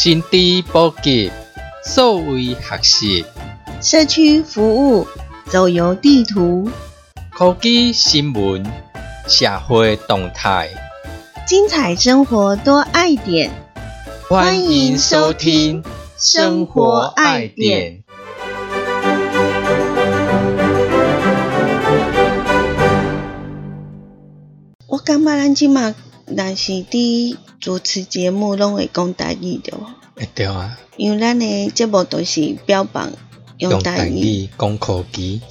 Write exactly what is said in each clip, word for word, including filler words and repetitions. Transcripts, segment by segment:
新知普及，数位学习， 社区服务，走游地图， 科技新闻，社会动态， 精彩生活多爱点。 欢迎收听生活爱点。 我感觉咱即马若是伫主持节目，拢会讲台语对无？ 会对啊， 因为咱的节目都是标榜用台语， 讲科技，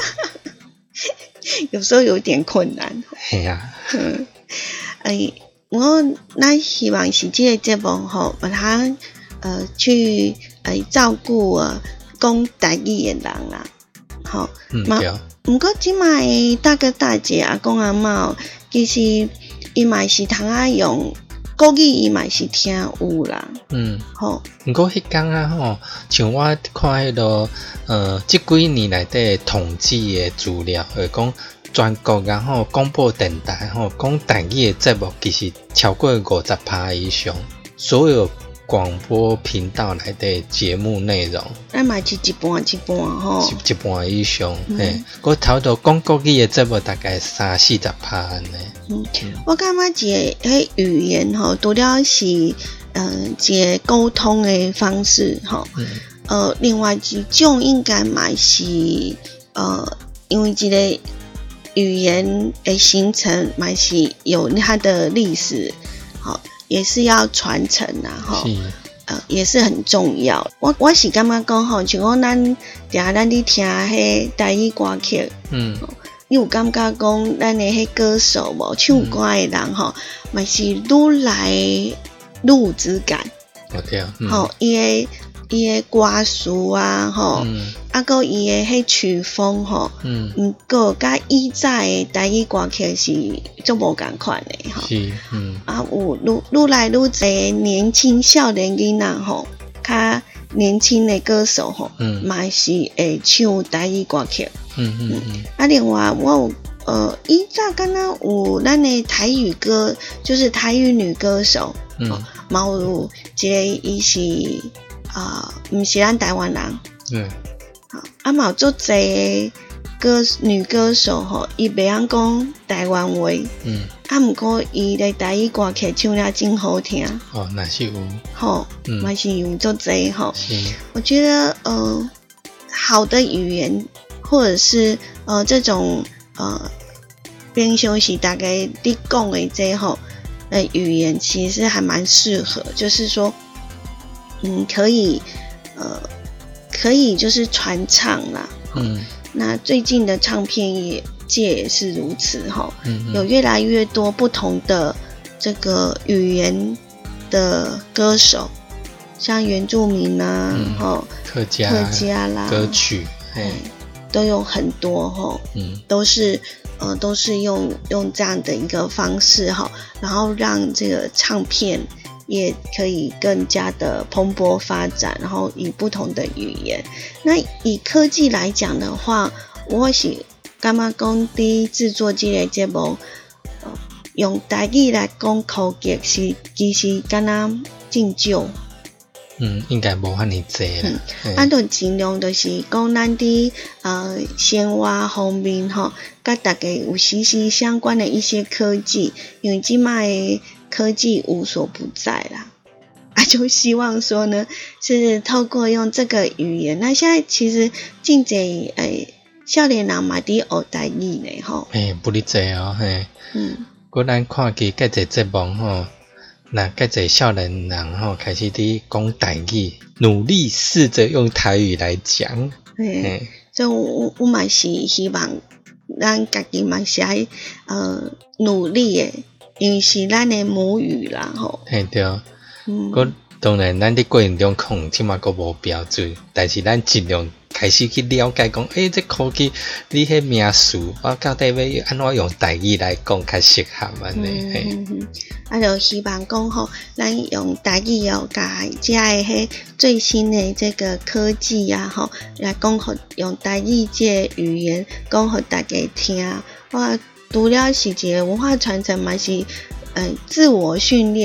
有时候有点困难。 系啊， 嗯，哎，我咱希望是这个节目吼，把它呃去呃照顾呃讲台语的人啦，吼， 嗯对。 毋过即卖大哥大姐阿公阿嬷，其实伊嘛是通啊用国语，伊嘛是听有啦。嗯，吼。 毋过迄天啊吼，像我看迄、那个呃，即几年内底统计的资料，会讲全国然后广播电台吼讲台语的节目，其实超过五十趴以上，所有广播频道内底节目内容， 咱嘛是一半一半吼， 一一半以上。嘿，我头头讲国语的节目大概三四十趴安尼。 嗯，我感觉一个迄语言吼，除了是呃一个沟通的方式吼，嗯、呃，另外一种应该嘛是呃，因为一个语言的形成嘛是有它的历史，好。也是要传承啊，吼，呃，也是很重要。我我是感觉讲吼，像讲咱定咱伫听迄台语歌曲，嗯，你有感觉讲咱的迄歌手无唱歌的人吼，嘛、嗯、是愈来愈有质感。 哦对啊，嗯、 吼，伊的伊的歌词啊，吼，嗯、啊个伊的迄曲风吼，嗯，毋过甲以前的台语歌曲是足无共款的吼， 是，嗯， 啊有愈愈来愈侪年轻少年囡仔吼，较年轻的歌手吼，嗯，嘛是会唱台语歌曲，嗯嗯嗯，啊另外我有呃以前敢若有咱的台语歌，就是台语女歌手，嗯，嘛有一个伊是。啊，毋、呃、是咱台湾人，嗯，好，啊嘛有足侪歌女歌手吼，伊袂晓讲台湾话，嗯，啊毋过伊的台语歌曲唱了真好听， 哦，那是有， 吼，嗯，嘛是有足侪吼，我觉得呃，好的语言或者是呃这种呃，平常时大概你讲的这吼，呃语言其实还蛮适合，就是说。嗯，可以，呃，可以就是传唱啦。嗯，那最近的唱片业界也是如此哈。嗯，有越来越多不同的这个语言的歌手，像原住民啊，嗯、吼， 客家、 客家啦， 歌曲， 哎，都有很多哈。嗯，都是呃，都是用用这样的一个方式哈，然后让这个唱片。也可以更加的蓬勃发展，然后以不同的语言。那以科技来讲的话，我是感觉讲伫制作这个节目，呃、用台语来讲科技是其实敢若真少。 嗯，应该无遐尼济啦。 嗯，啊，就尽量就是讲咱伫呃生活方面吼，甲大家有息息相关的一些科技，因为即卖的科技无所不在啦。啊，就希望说呢，是透过用这个语言，那现在其实真侪诶少年人嘛伫学台语呢吼。 诶，不哩济哦，嘿。嗯。果咱看起介侪节目吼。那介侪少年人吼开始伫讲台语，努力试着用台语来讲。 嘿，所以我我嘛是希望咱家己嘛是爱呃努力诶，因为是咱的母语啦吼。 嘿对，嗯，个当然咱伫过程中控即嘛个无标准，但是咱尽量开始去了解讲，诶、欸，这科技你迄名词，我到底要安怎用台语来讲较适合安尼？嘿、嗯嗯，啊，就希望讲吼，咱用台语哦，甲遮个迄最新的这个科技啊，吼，来讲互用台语这个语言讲互大家听。哇，除了是一个文化传承嘛，是嗯、呃、自我训练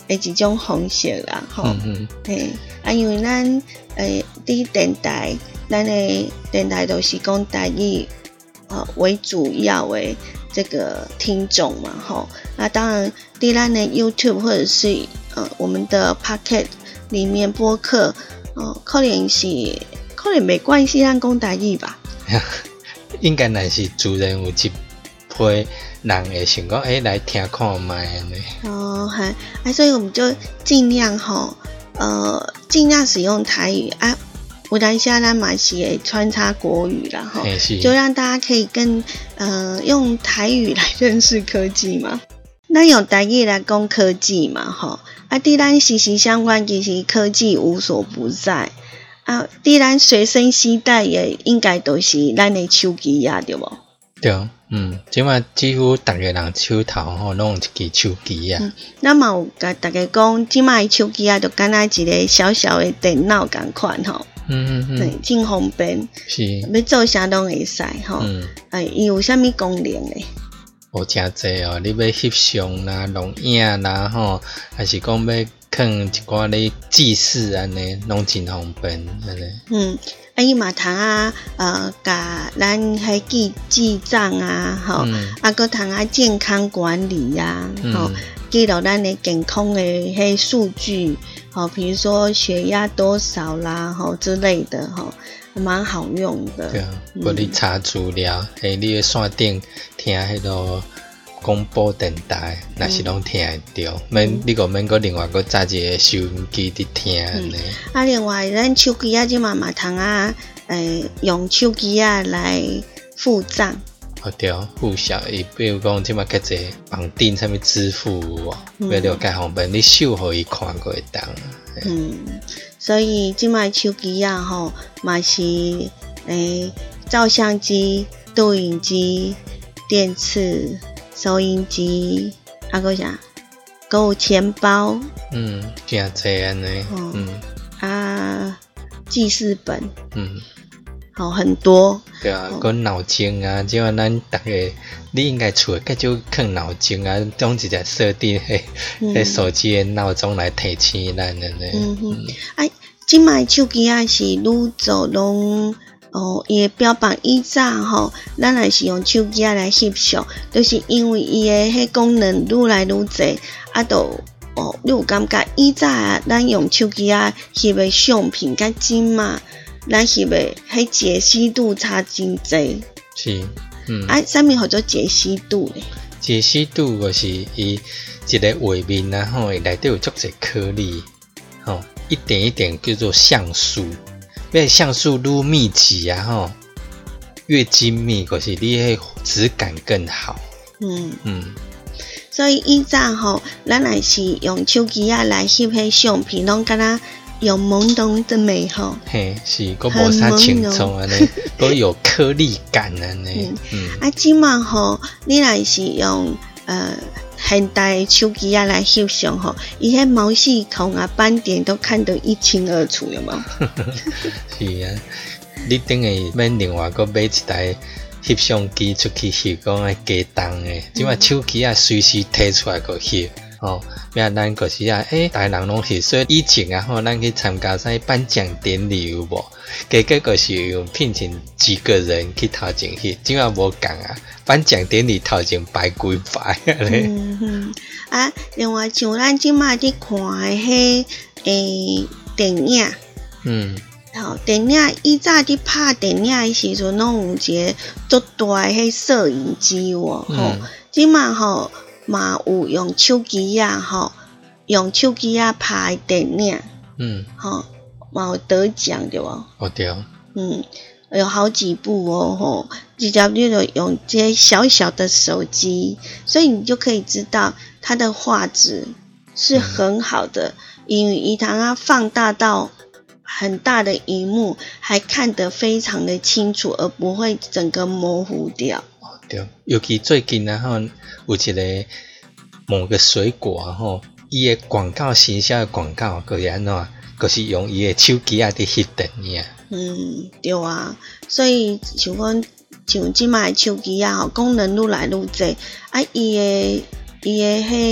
的一种方式啦，吼。 嗯嗯。 嘿，啊，因为咱诶伫电台，咱的电台都是讲台语呃为主要的这个听众嘛，吼。那当然，伫咱的 YouTube 或者是呃我们的 Podcast 里面播客，呃，可能是可能没关系，咱讲台语吧。 应该若是自然有一批人会想讲，诶，来听看卖安尼。 哦，嗨，啊，所以我们就尽量吼，呃，尽量使用台语啊。有当下咱嘛是会穿插国语啦，吼，就让大家可以跟呃用台语来认识科技嘛。咱用台语来讲科技嘛，吼，啊，伫咱息息相关，其实科技无所不在。啊，伫咱随身携带也应该都是咱的手机啊，对无？ 对，嗯，即马几乎逐个人手头吼拢有一支手机啊。 嗯，咱嘛有甲大家讲，即马的手机啊，就敢若一个小小的电脑共款吼。 嗯嗯嗯， 真方便。 是。 要做啥拢会使吼。嗯。哎，伊有啥物功能咧？ 有诚济哦，你要翕相啦、录影啦吼，还是讲要放一寡咧记事安尼，拢真方便安尼。 嗯，啊伊嘛通啊，呃，甲咱迄记记账啊，吼，嗯、啊搁通啊健康管理呀、啊，吼、嗯，记录咱的健康的迄数据，吼，比如说血压多少啦，吼之类的，吼。蛮好用的， 对啊，无你查资料，喺、嗯、你嘅线顶听迄个广播电台，若是拢听会到，免、嗯、你个免个另外个载一个收音机伫听安尼、嗯。 啊，另外咱手机啊，即嘛嘛通啊，诶、呃，用手机啊来付账。 哦对，付小，伊比如讲即嘛较济绑定啥物支付哦，为了介方便，你手互伊看过会当。 嗯，所以即卖手机啊吼，嘛是诶照相机、录影机、电池、收音机，啊个啥，还有钱包。嗯， 真济安尼。 嗯啊，记事本。嗯。好很多， 对啊，个闹钟啊，即话咱逐个，你应该厝较少放闹钟啊，种直接设定迄迄手机的闹钟来提醒咱的呢。嗯哼， 啊，即卖手机啊是愈做拢哦，伊的标榜以早吼，咱也是用手机啊来翕相，就是因为伊的迄功能愈来愈侪，啊，都哦，你有感觉以早啊，咱用手机啊翕的相片甲真嘛。咱翕的迄解析度差真济， 是，嗯， 啊，啥物叫做解析度咧？ 解析度就是伊一个画面啊，吼，内底有足侪颗粒，吼，一点一点叫做像素，因为像素愈密集啊，吼，越精密，就是你迄质感更好。嗯嗯， 所以以前吼，咱也是用手机啊来翕迄相片，拢敢若。有朦胧的美吼， 嘿，是，个无啥清楚安尼，都有颗粒感安尼。 嗯，啊，即嘛吼，你若是用呃现代手机啊来翕相吼，伊迄毛细孔啊斑点都看得一清二楚，有无？ 是啊，你等下免另外个买一台翕相机出去翕，讲爱加重诶，即嘛手机啊随时摕出来个翕。哦，咩咱就是啊，诶，大人拢是说以前啊，吼，咱去参加啥颁奖典礼有无？结果就是用聘请几个人去头前去，今晚无讲啊，颁奖典礼头前排几排咧。嗯嗯，啊，另外像咱即马伫看诶迄诶电影，嗯，好，电影以早伫拍电影诶时阵，拢有一个足大诶迄摄影机喎，吼，即马吼。嘛有用手机啊，吼，用手机啊拍电影，嗯，吼，嘛有得奖对无？ 哦对， 嗯，有好几部哦，吼，直接你就用这小小的手机，所以你就可以知道它的画质是很好的，嗯、因为伊通啊放大到很大的萤幕，还看得非常的清楚，而不会整个模糊掉。 对，尤其最近啊，吼，有一个某个水果啊，吼，伊的广告行销的广告，就是安怎，就是用伊的手机啊伫翕电影。 嗯，对啊，所以像讲像即卖手机啊，吼，功能愈来愈侪，啊，伊的伊的迄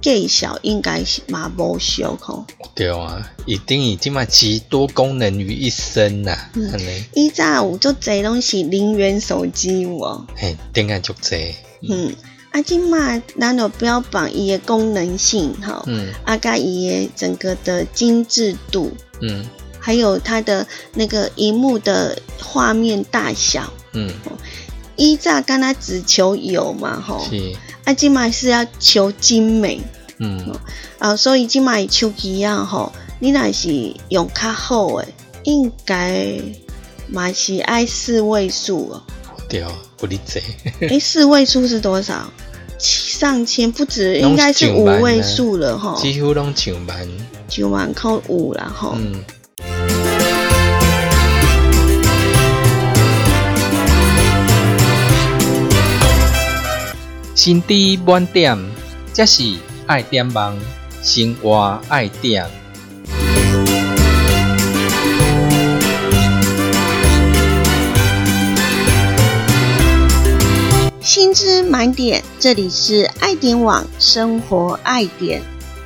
计小应该是嘛无俗吼。 对啊，伊等于即马集多功能于一身呐、啊。嗯， 以前有足侪拢是零元手机有无？ 嘿，顶下足侪。 嗯，啊，即马咱就标榜伊的功能性吼，嗯，啊，甲伊的整个的精致度，嗯，还有它的那个萤幕的画面大小，嗯。以前敢若只求有嘛吼，是啊，即卖是要求精美，嗯，啊，所以即卖手机啊吼，你若是用较好诶，应该嘛是爱四位数哦。 对哦，不理解。 诶，四位数是多少？上千不止，应该是五位数了吼。 几乎拢上万， 上万扣五啦吼。嗯。 心知满点，这是爱点梦，生活爱点。 心知满点，这里是爱点网生活爱点。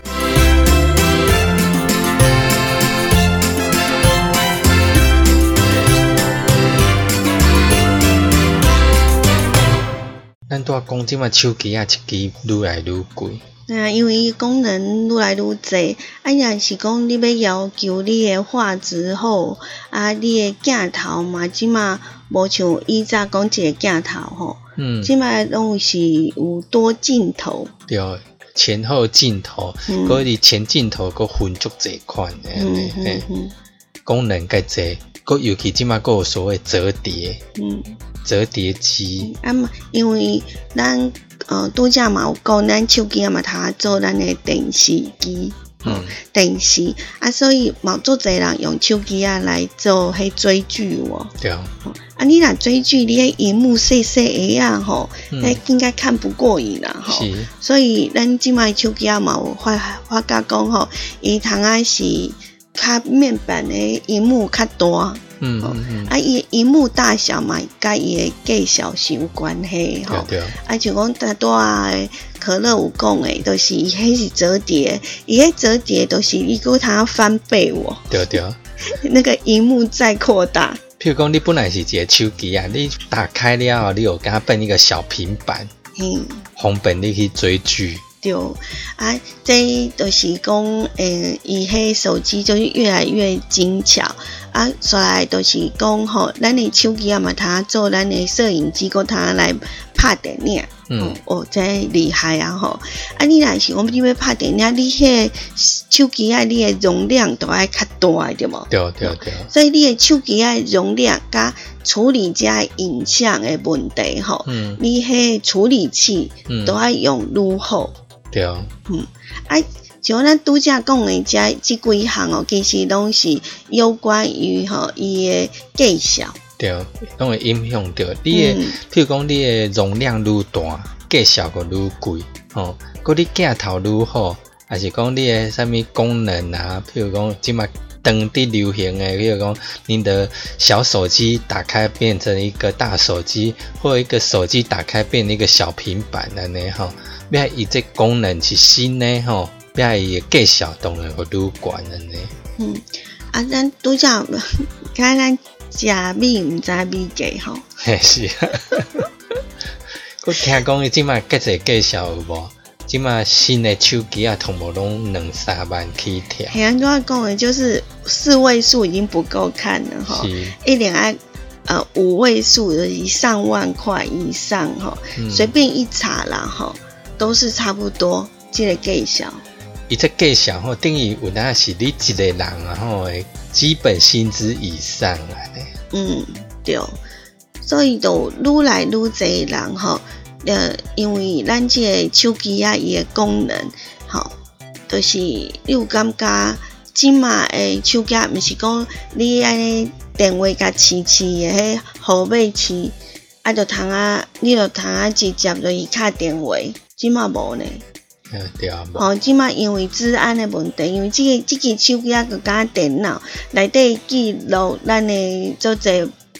咱拄仔讲即马手机啊，一支愈来愈贵。 啊，因为功能愈来愈侪，啊，若是讲你要要求你的画质好，啊，你的镜头嘛，即马无像以前讲一个镜头吼，嗯，即马拢是有多镜头。 对，前后镜头，嗰啲、嗯、前镜头佮分足侪款的，嗯嗯嗯，功能介侪，佮尤其即马佮有所谓折叠，嗯。折叠机啊嘛，因为咱呃拄则嘛有讲，咱手机啊嘛，通做咱的电视机，嗯，电视啊，所以嘛足侪人用手机啊来做迄追剧哦。 对啊。 啊，你若追剧，你迄荧幕细细个啊吼，迄、嗯、应该看不过瘾啦吼。是。所以咱即卖手机啊嘛有发发觉讲吼，伊通啊是较面板的荧幕较大。嗯嗯嗯，啊，伊荧幕大小嘛，甲伊的介绍是有关系吼。对对。啊，就讲大大的可乐有讲诶，都、就是伊迄是折叠，伊迄折叠都是伊个通翻倍哦。 对对。 那个荧幕再扩大。 譬如讲，你本来是一个手机啊，你打开了后，你有给它变一个小平板，嗯，方便你去追剧。 对，啊，这就是讲，诶，伊迄手机就是越来越精巧，啊，所来就是讲吼，咱的手机啊嘛，通做咱的摄影机，佮通来拍电影，嗯，哦，真厉害啊吼！啊，你若是讲你要拍电影，你迄手机啊，你的容量都爱较大，对无？ 对对对。 所以你的手机啊，容量甲处理这影像的问题吼，嗯，你迄处理器都爱用愈好。 对啊， 嗯，啊，像咱拄则讲的这这几项哦，其实拢是有关于吼伊的介绍。 对，拢会影响到你的，嗯、譬如讲你的容量愈大，介绍个愈贵，吼，佮你镜头愈好，还是讲你的啥物功能啊？譬如讲即马当地流行的，譬如讲你的小手机打开变成一个大手机，或一个手机打开变成一个小平板安尼吼。要伊这功能是新的吼，要伊介绍当然会愈悬安尼。 嗯，啊，咱拄则看咱食米毋知米价吼。 嘿是啊。我听讲伊即马介侪介绍有无？即马新的手机啊，同无拢两三万起跳。 嘿，安怎讲的，就是四位数已经不够看了吼，一定爱呃五位数的上万块以上吼，随、嗯、便一查啦吼。都是差不多，这个介绍。 伊这介绍吼，等于有那是你一个人啊吼，基本薪资以上啊咧。 嗯，对，所以就愈来愈侪人吼，呃，因为咱这个手机啊，伊的功能，吼，就是你有感觉，即马的手机毋是讲你安尼电话甲饲饲的迄号码饲，啊，就通啊，你就通啊直接就是敲电话。即马无呢， 嗯对啊， 吼，即马因为治安的问题，因为即、这个即、这个手机啊，佮甲电脑内底记录咱的做侪呃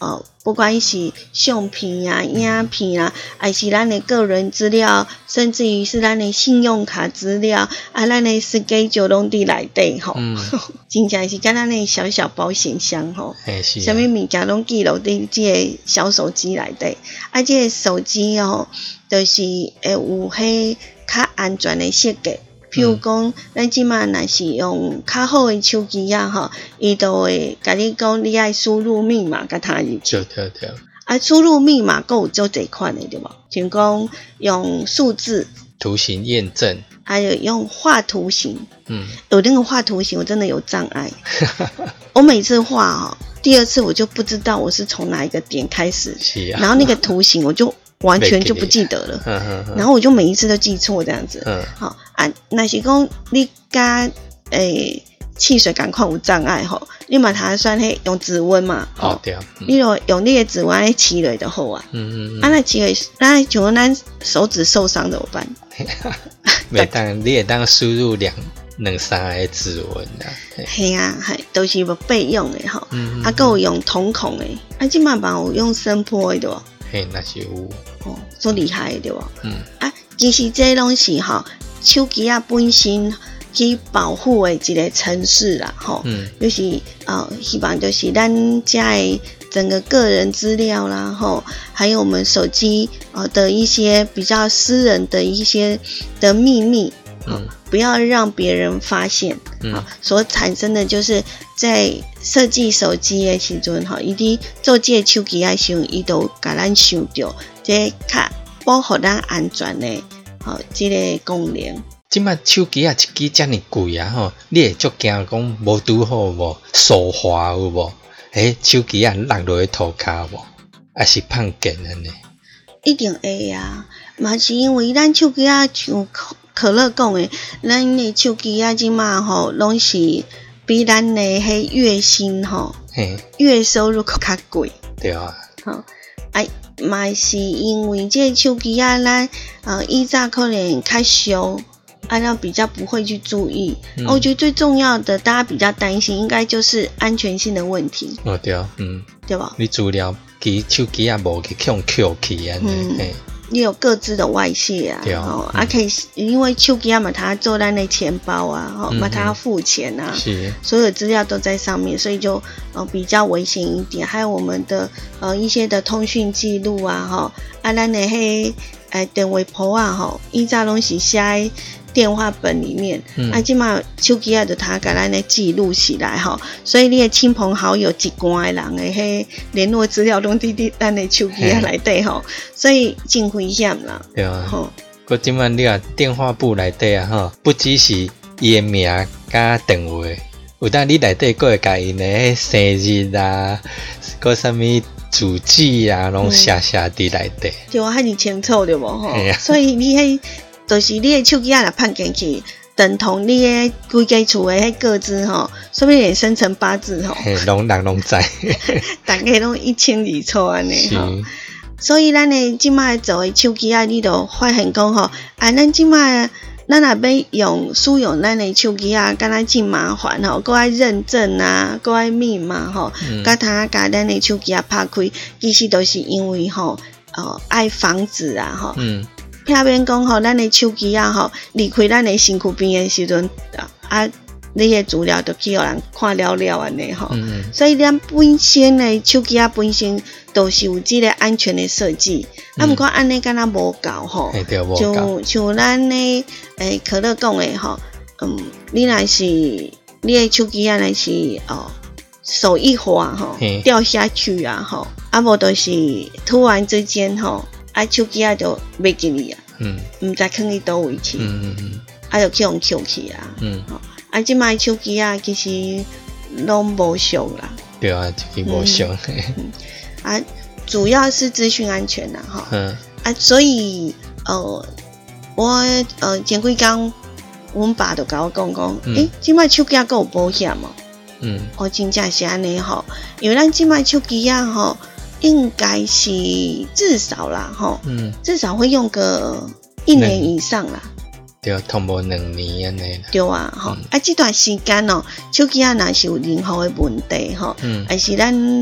不管是相片啊、影片啊，还是咱的个人资料，甚至于是咱的信用卡资料，啊，咱的 schedule 拢伫内底吼，嗯、真正是敢咱的小小保险箱吼，什么物件拢记录伫这个小手机内底，啊，这个手机哦，就是会有迄较安全的设计。譬如讲，咱即马若是用较好诶手机啊，吼，伊都会甲你讲，你爱输入密码甲他入去。 对对对。 啊，输入密码佫有做侪款诶，对无？像讲用数字。 图形验证。 还有用画图形。 嗯。有那个画图形，我真的有障碍。我每次画哦，第二次我就不知道我是从哪一个点开始。 是啊。 然后那个图形我就。完全就不记得了， 呵呵呵然后我就每一次都记错这样子。好啊，那是讲你甲诶汽水赶快有障碍吼，你嘛它算迄用指纹嘛， 哦对啊， 嗯、你若用你的指纹来起落就好啊。嗯嗯嗯。啊，那起落，那像咱手指受伤怎么办？ 袂当，你会当输入两两三个指纹啊。 系啊，系都是要备用的吼。嗯嗯啊，还有用瞳孔的，啊，即嘛嘛有用声波的对吧？ 嘿，那是有哦，足厉害的对无？嗯啊，其实这拢是吼手机啊本身去保护的一个程式啦，吼，嗯，就是呃，希望就是咱家的整个个人资料啦，吼，还有我们手机呃的一些比较私人的一些的秘密，嗯，不要让别人发现，嗯，好，所产生的就是在设计手机的时阵，吼，伊伫做这个手机的时候，伊都甲咱想到这较保护咱安全的，吼，这个功能。 即摆手机啊，一支遮尔贵啊，吼，你会足惊讲无拄好无手滑有无？诶，手机啊落落去涂骹无？还是碰见安尼？ 一定会啊，嘛是因为咱手机啊，像可乐讲的，咱的手机啊，即马吼，拢是比咱的迄月薪吼，月收入较贵。 对啊。 吼，啊，嘛是因为这手机啊，咱呃以前可能较俗。啊，那比较不会去注意、嗯啊。我觉得最重要的，大家比较担心，应该就是安全性的问题。 哦，对啊，嗯， 对吧？ 你资料其手机啊，无去用 Q 去啊，嗯， 你有各自的外泄啊， 对啊， 哦、嗯，啊可以，因为手机啊嘛，它做咱的钱包啊，哦，嘛、嗯、它要付钱啊， 是， 所有资料都在上面，所以就呃比较危险一点。还有我们的呃一些的通讯记录啊，哈、哦，啊咱的迄诶电话簿啊，吼，以前拢是写电话本里面，嗯、啊，即马手机啊，就他甲咱咧记录起来吼，所以你的亲朋好友一寡的人的迄联络资料拢伫伫咱的手机啊内底吼，所以真危险啦。 对啊，吼，佮即马你啊电话簿内底啊吼，不只是伊的名甲电话，有当你内底佫会甲因的生日啊，佮啥物主机啊，拢写写伫内底。 对啊，遐尼清楚对无吼？所以你迄。就是你的手机啊，若碰进去，等同你的规家厝的迄个资吼，说不定也生成八字吼。 嘿，拢人拢知， 大家拢一清二楚安尼吼。所以咱的即卖做的手机啊，你都发现讲吼，啊，咱即卖咱若要用使用咱的手机啊，敢若真麻烦吼，搁爱认证啊，搁爱密码吼，甲他甲咱的手机啊拍开，其实都是因为吼，哦，爱防止啊吼。嗯。遐边讲吼，咱的手机啊吼，离开咱的身躯边的时阵，啊，你的资料就去互人看了了安尼吼。嗯、所以咱本身的手机啊，本身都是有这个安全的设计。啊，毋过安尼敢若无够吼，就像咱的诶可乐讲的吼，嗯，你若是你的手机啊，若是哦手一滑吼，掉下去啊吼，啊无就是突然之间吼。啊，手机啊就袂记哩啊，嗯，毋知放伫倒位去，嗯嗯嗯，啊就去用捡去啊，嗯，吼，啊即卖手机啊其实拢无俗啦， 对啊，这个无俗， 嗯，啊主要是资讯安全啦，吼，嗯，啊所以呃我呃前几工阮爸就甲我讲讲，诶，即卖手机啊佫有保险哦，嗯，哦真正是安尼吼，因为咱即卖手机啊吼。应该是至少啦，吼，嗯，至少会用个一年以上啦。 对，通无两年安尼。 对啊，吼、嗯，啊，这段时间哦，手机啊，若是有任何的问题吼，嗯，还是咱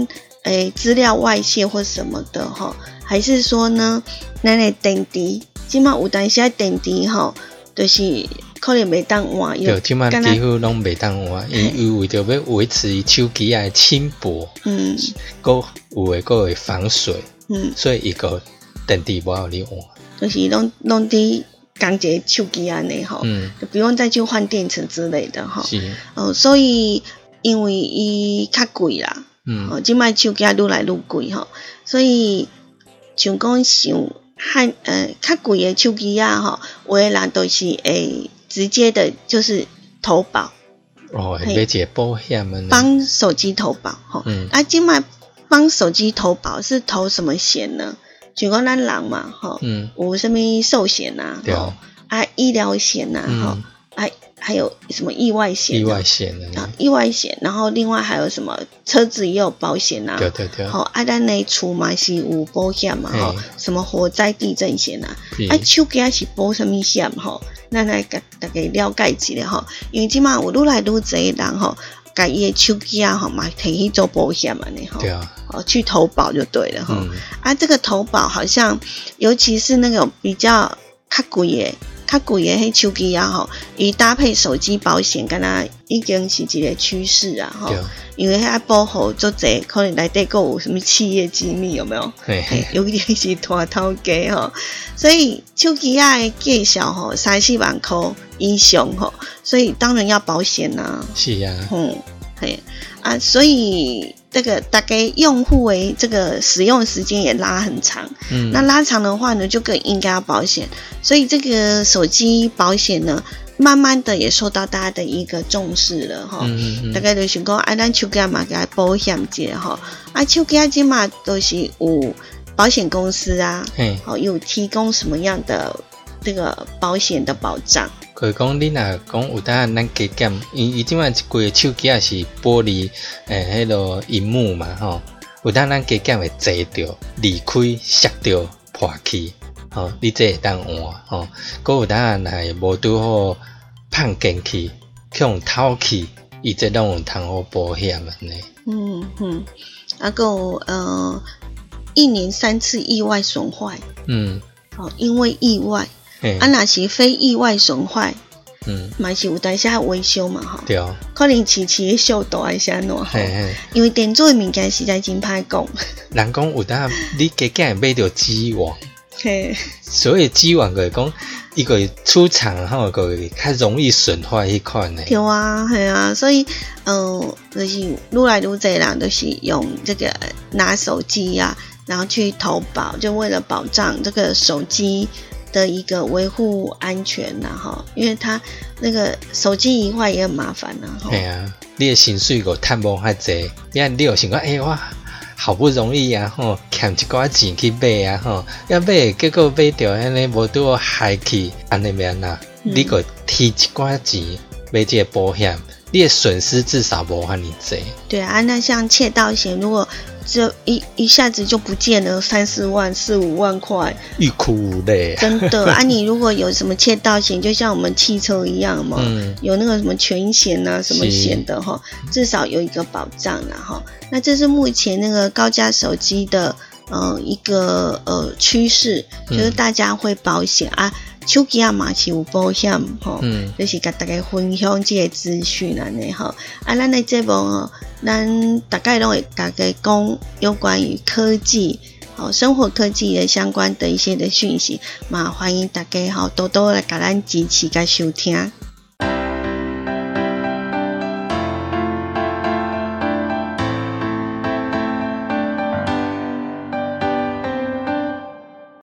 诶资料外泄或什么的哈，还是说呢，咱的电池，即马有当时啊电池吼，就是可能袂当换， 对，即马几乎拢袂当换，因因为着要维持伊手机啊轻薄，嗯，佮有诶佮会防水，嗯，所以伊个电池无互你换， 就是拢拢伫讲一个手机安尼吼，嗯，就不用再去换电池之类的吼，是，哦，所以因为伊较贵啦，嗯，哦，即摆手机愈来愈贵吼，所以像讲像汉呃较贵的手机啊吼，有的人都是会直接的，就是投保， 哦，买一个保险啊， 帮手机投保吼，嗯，啊，即摆帮手机投保是投什么险呢？像讲咱人嘛，吼，嗯，有什么寿险呐，吼，啊，医疗险呐，吼，啊，还有什么意外险？ 意外险啊，意外险，然后另外还有什么车子也有保险呐， 对对对， 好，啊，咱内厝嘛是有保险嘛，吼，什么火灾、地震险呐，啊，手机是保什么险吼？咱来甲大家了解一下吼，因为即马有愈来愈侪人吼。甲伊的手机啊，吼嘛可以去做保险嘛，呢吼， 对啊， 哦去投保就对了哈、嗯。啊，这个投保好像，尤其是那种比较较贵的、较贵的迄手机啊，吼，伊搭配手机保险，敢若已经是一个趋势啊，吼。因为遐保护足侪，可能内底阁有什么企业机密有没有？嘿嘿尤其是大头家吼，所以手机啊的介绍吼三四万块以上吼，所以当然要保险呐、啊。 是呀、啊， 嗯，嘿啊，所以这个大概用户的这个使用时间也拉很长，嗯，那拉长的话呢，就更应该要保险，所以这个手机保险呢。慢慢的也受到大家的一个重视了哈、嗯嗯嗯，大概就想讲，啊，咱手机嘛，给它保险一下哈，啊，手机即嘛都是有保险公司啊，好有提供什么样的这个保险的保障。 可是讲你若讲有当咱加减，伊伊即嘛一规个手机也是玻璃诶，迄个荧幕嘛吼，有当咱加减会坐着、离开、摔着、破去。吼、哦，你这会当换吼，佮、哦、有当若会无拄好碰进去，去用偷去，伊这拢有通好保险安尼。 嗯嗯，啊个呃，一年三次意外损坏。嗯。哦，因为意外，啊若是非意外损坏，嗯，嘛是有当下维修嘛吼。 对哦。 可能期期的修度还是安怎吼？因为电子的物件实在真歹讲。 人讲有当你加减买着机网。嘿，所以机网个讲，伊个出厂吼个较容易损坏迄款呢。 对啊，系啊，所以呃，就是愈来愈侪人都是用这个拿手机啊，然后去投保，就为了保障这个手机的一个维护安全呐哈，因为它那个手机一坏也很麻烦呐。 系啊，你的薪水个趁无遐济，你看你有想讲，哎、欸、哇。好不容易啊吼，欠一寡钱去买啊吼，要买结果买着安尼无拄好害去，安尼免啊，嗯、你个提一寡钱买这个保险，你的损失至少无遐尼济。 对啊，那像窃盗险，如果就一一下子就不见了三四万、四五万块， 欲哭无泪。 真的啊，你如果有什么窃盗险，就像我们汽车一样嘛，嗯、有那个什么全险啊、什么险的哈，至少有一个保障啦哈。那这是目前那个高价手机的呃一个呃趋势，就是大家会保险、嗯、啊。手机啊嘛是有保险吼，嗯，就是甲大家分享这个资讯安尼吼。啊，咱的节目吼，咱大概拢会大家讲有关于科技、好生活科技的相关的一些的讯息，嘛欢迎大家吼多多来甲咱支持甲收听。